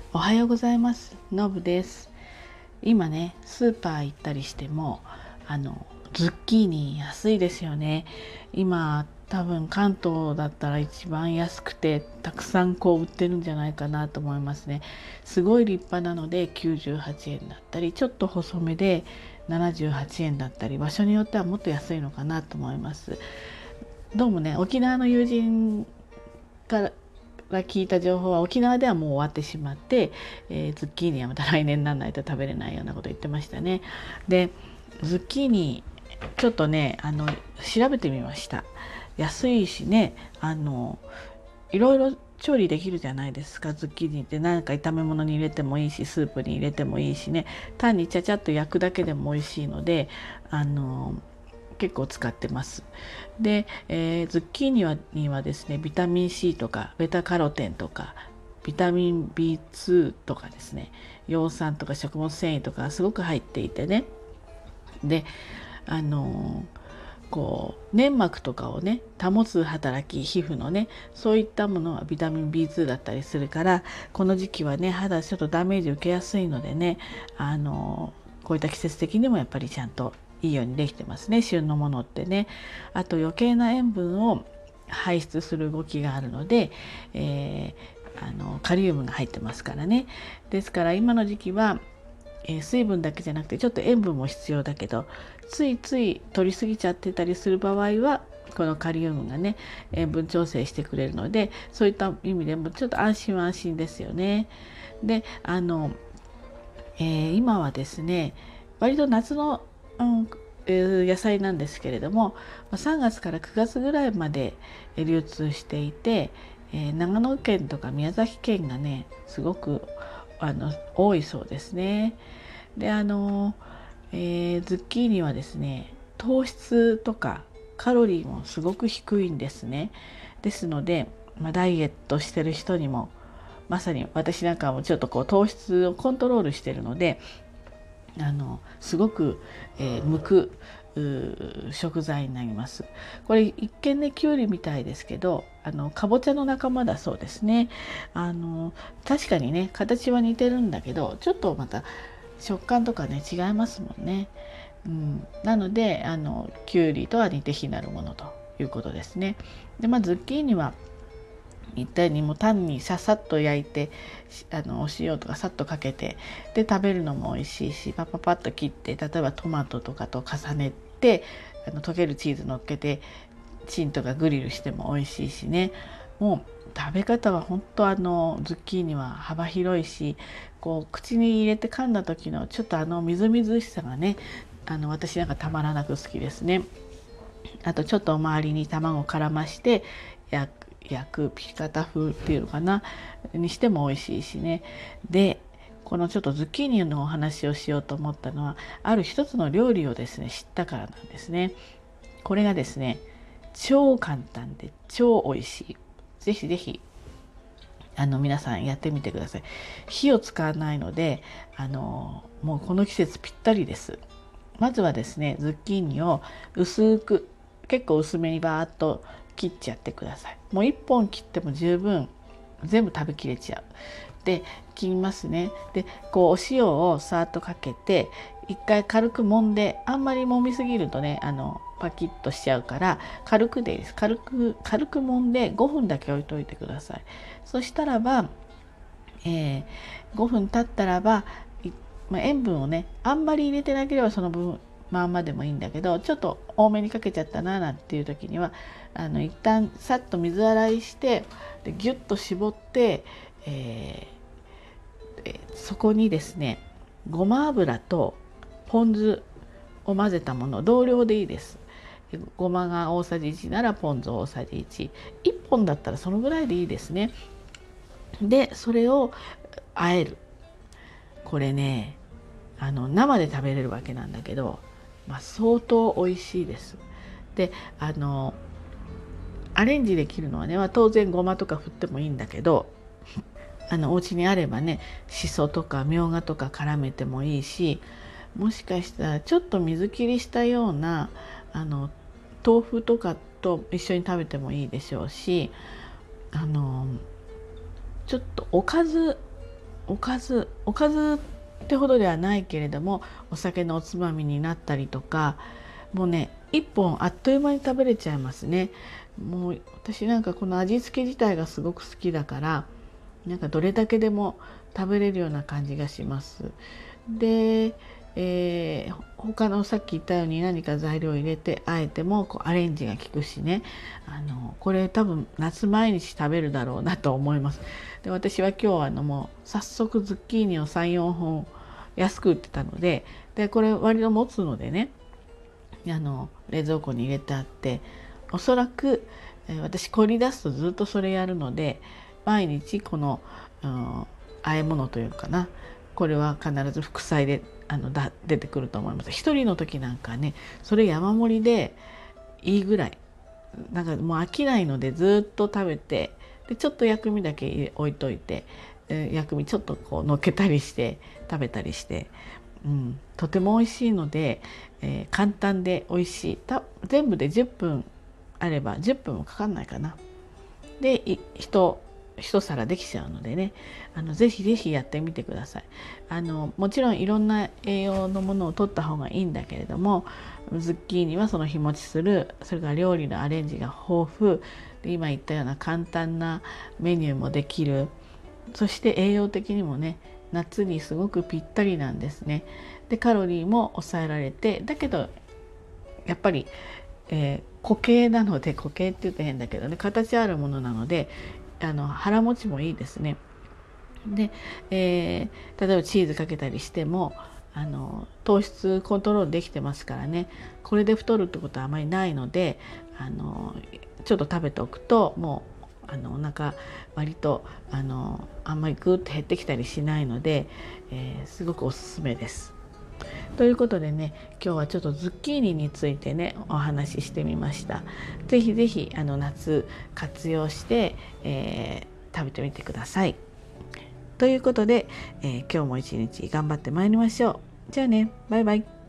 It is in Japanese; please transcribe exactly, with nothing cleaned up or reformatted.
おはようございます。のぶです。今ね、スーパー行ったりしても、あのズッキーニ安いですよね。今多分関東だったら一番安くてたくさんこう売ってるんじゃないかなと思いますね。すごい立派なのできゅうじゅうはちえんだったり、ちょっと細めでななじゅうはちえんだったり、場所によってはもっと安いのかなと思います。どうもね、沖縄の友人から聞いた情報は沖縄ではもう終わってしまって、えー、ズッキーニはまた来年にならないと食べれないようなこと言ってましたね。でズッキーニちょっとねあの調べてみました。安いしね、あのいろいろ調理できるじゃないですか。ズッキーニって何か炒め物に入れてもいいし、スープに入れてもいいしね、単にちゃちゃっと焼くだけでも美味しいので、あの結構使ってます。で、えー、ズッキーニはにはですね、ビタミン C とかベタカロテンとかビタミン ビーツー とかですね、葉酸とか食物繊維とかすごく入っていてね。で、あのーこう粘膜とかをね保つ働き、皮膚のねそういったものはビタミン ビーツー だったりするから、この時期はね肌ちょっとダメージ受けやすいのでね、あのこういった季節的にもやっぱりちゃんといいようにできてますね、旬のものってね。あと余計な塩分を排出する動きがあるので、えー、あのカリウムが入ってますからね。ですから今の時期はえー、水分だけじゃなくてちょっと塩分も必要だけど、ついつい取りすぎちゃってたりする場合はこのカリウムがね塩分調整してくれるので、そういった意味でもちょっと安心は安心ですよね。であの、えー、今はですね割と夏の、うんえー野菜なんですけれども、さんがつからくがつぐらいまで流通していて、えー長野県とか宮崎県がねすごくあの多いそうですね。であの、えーズッキーニはですね糖質とかカロリーもすごく低いんですね。ですので、まあ、ダイエットしてる人にも、まさに私なんかもちょっとこう糖質をコントロールしてるので、あのすごく、えー、向く食材になります。これ一見ねきゅうりみたいですけど、あのかぼちゃの仲間だそうですね。あの確かにね形は似てるんだけど、ちょっとまた食感とかね違いますもんね。うん、なのであのきゅうりとは似て非なるものということですね。でまあズッキーニは言ったようにもう単にささっと焼いて、あのお塩とかさっとかけてで食べるのも美味しいし、パッパパッと切って例えばトマトとかと重ねて、あの溶けるチーズ乗っけてチンとかグリルしても美味しいしね。もう食べ方は本当あのズッキーニは幅広いし、こう口に入れて噛んだ時のちょっとあのみずみずしさがね、あの私なんかたまらなく好きですね。あとちょっと周りに卵を絡まして焼く焼くピカタ風っていうのかなにしても美味しいしね。でこのちょっとズッキーニのお話をしようと思ったのは、ある一つの料理をですね知ったからなんですね。これがですね超簡単で超美味しい。ぜひぜひあの皆さんやってみてください。火を使わないので、あのもうこの季節ぴったりです。まずはですねズッキーニを薄く、結構薄めにバーッと切っちゃってください。もういっぽん切っても十分全部食べきれちゃう。で切りますね。でこうお塩をさーっとかけて一回軽く揉んで、あんまり揉みすぎるとねあのパキッとしちゃうから軽くでいいです。軽く軽く揉んでごふんだけ置いといてください。そしたらば、えー、ごふん経ったらば、まあ、塩分をねあんまり入れてなければその分まあまあでもいいんだけど、ちょっと多めにかけちゃったななんていう時には、あの一旦さっと水洗いしてでギュッと絞って、えー、そこにですねごま油とポン酢を混ぜたもの、同量でいいです。ごまが大さじいちならポン酢大さじいち、いっぽんだったらそのぐらいでいいですね。でそれを和える。これねあの生で食べれるわけなんだけど、まあ、相当美味しいです。であのアレンジできるのはね、まあ、当然ごまとか振ってもいいんだけど、あのお家にあればねしそとかみょうがとか絡めてもいいし、もしかしたらちょっと水切りしたようなあの豆腐とかと一緒に食べてもいいでしょうし、あのちょっとおかずおかずおかずってほどではないけれどもお酒のおつまみになったりとか、もうねいっぽんあっという間に食べれちゃいますね。もう私なんかこの味付け自体がすごく好きだから、なんかどれだけでも食べれるような感じがします。で、えー、他のさっき言ったように何か材料を入れてあえてもこうアレンジが効くしね、あのこれ多分夏毎日食べるだろうなと思います。で私は今日はあのもう早速ズッキーニをさん、よんほん安く売ってたので、でこれ割と持つのでね、あの冷蔵庫に入れてあって、おそらく、えー、私凝り出すとずっとそれやるので、毎日この、うん、和え物というかな、これは必ず副菜であのだ出てくると思います。一人の時なんかねそれ山盛りでいいぐらい、なんかもう飽きないのでずっと食べて、でちょっと薬味だけ置いといて、えー、薬味ちょっとこうのっけたりして食べたりして、うん、とても美味しいので、えー、簡単で美味しい。た全部でじゅっぷんあればじゅっぷんもかかんないかな。で一一皿できちゃうのでね、あのぜひぜひやってみてください。あのもちろんいろんな栄養のものを取った方がいいんだけれども、ズッキーニはその日持ちする、それから料理のアレンジが豊富で、今言ったような簡単なメニューもできる、そして栄養的にもね夏にすごくぴったりなんですね。でカロリーも抑えられて、だけどやっぱり、えー、固形なので、固形って言って変だけどね、形あるものなのであの腹持ちもいいですね。で、えー、例えばチーズかけたりしてもあの糖質コントロールできてますからね、これで太るってことはあまりないので、あのちょっと食べておくともうあのお腹割とあのあんまりグーッと減ってきたりしないので、えー、すごくおすすめです。ということでね、今日はちょっとズッキーニについてねお話ししてみました。ぜひぜひあの夏活用して、えー、食べてみてください。ということで、えー、今日も一日頑張ってまいりましょう。じゃあね、バイバイ。